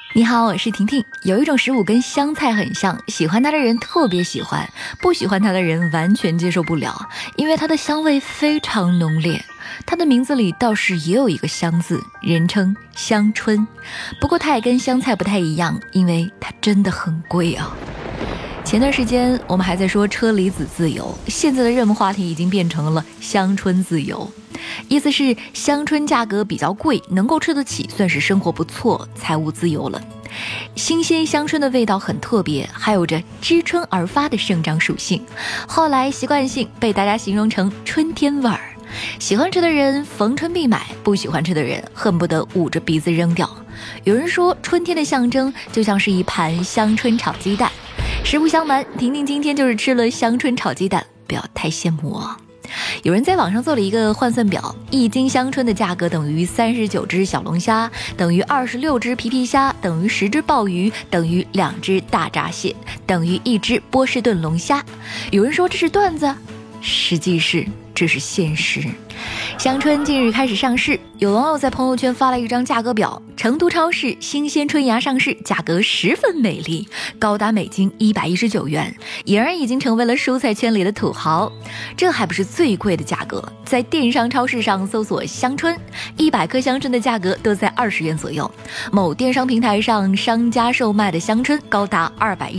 你好，我是婷婷。有一种食物跟香菜很像，喜欢它的人特别喜欢，不喜欢它的人完全接受不了，因为它的香味非常浓烈。它的名字里倒是也有一个香字，人称香椿。不过它也跟香菜不太一样，因为它真的很贵啊。前段时间我们还在说车厘子自由，现在的热门话题已经变成了香椿自由。意思是香椿价格比较贵，能够吃得起，算是生活不错，财务自由了。新鲜香椿的味道很特别，还有着知春而发的生长属性，后来习惯性被大家形容成春天味儿。喜欢吃的人逢春必买，不喜欢吃的人恨不得捂着鼻子扔掉。有人说春天的象征就像是一盘香椿炒鸡蛋，实不相瞒，婷婷今天就是吃了香椿炒鸡蛋，不要太羡慕哦。有人在网上做了一个换算表，1斤香椿的价格等于39只小龙虾，等于26只皮皮虾，等于10只鲍鱼，等于2只大闸蟹，等于1只波士顿龙虾。有人说这是段子，实际是这是现实。香椿近日开始上市，有网友在朋友圈发了一张价格表，成都超市新鲜春芽上市，价格十分美丽，高达每斤119元，俨然已经成为了蔬菜圈里的土豪。这还不是最贵的价格，在电商超市上搜索香椿，100颗香椿的价格都在20元左右。某电商平台上商家售卖的香椿高达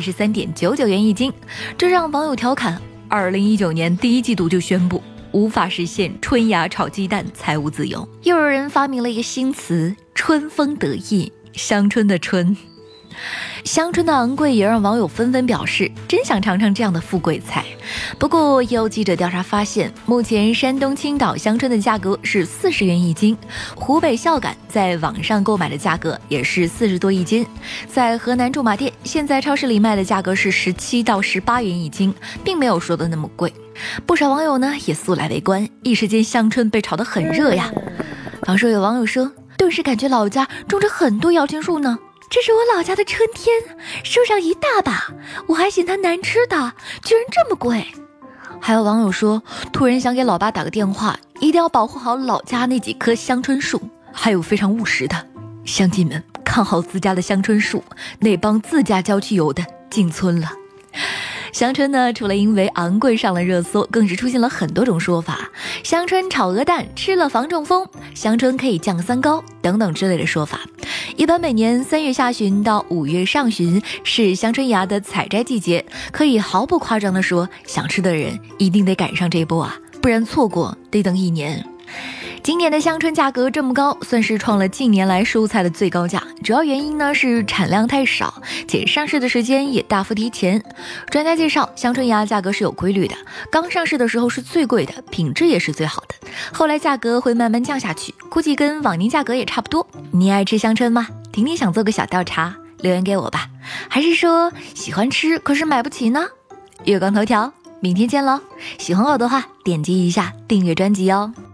213.99元一斤，这让网友调侃2019年第1季度就宣布无法实现春芽炒鸡蛋财务自由。又有人发明了一个新词，春风得意，香椿的春。香椿的昂贵也让网友纷纷表示真想尝尝这样的富贵菜。不过也有记者调查发现，目前山东青岛香椿的价格是40元一斤，湖北孝感在网上购买的价格也是40多一斤，在河南驻马店现在超市里卖的价格是17到18元一斤，并没有说的那么贵。不少网友呢也速来围观，一时间香椿被炒得很热呀。网上有网友说，顿时感觉老家种着很多摇钱树呢，这是我老家的春天，树上一大把，我还嫌它难吃的，居然这么贵。还有网友说，突然想给老爸打个电话，一定要保护好老家那几棵香椿树。还有非常务实的，乡亲们看好自家的香椿树，那帮自家郊区游的进村了。香椿呢，除了因为昂贵上了热搜，更是出现了很多种说法，香椿炒鹅蛋吃了防中风，香椿可以降三高等等之类的说法。一般每年3月下旬到5月上旬是香椿芽的采摘季节，可以毫不夸张地说，想吃的人一定得赶上这一波啊，不然错过得等1年。今年的香椿价格这么高，算是创了近年来蔬菜的最高价，主要原因呢是产量太少，且上市的时间也大幅提前。专家介绍，香椿芽价格是有规律的，刚上市的时候是最贵的，品质也是最好的，后来价格会慢慢降下去，估计跟往年价格也差不多。你爱吃香椿吗？婷婷想做个小调查，留言给我吧。还是说喜欢吃可是买不起呢？月光头条，明天见喽！喜欢我的话，点击一下订阅专辑哦。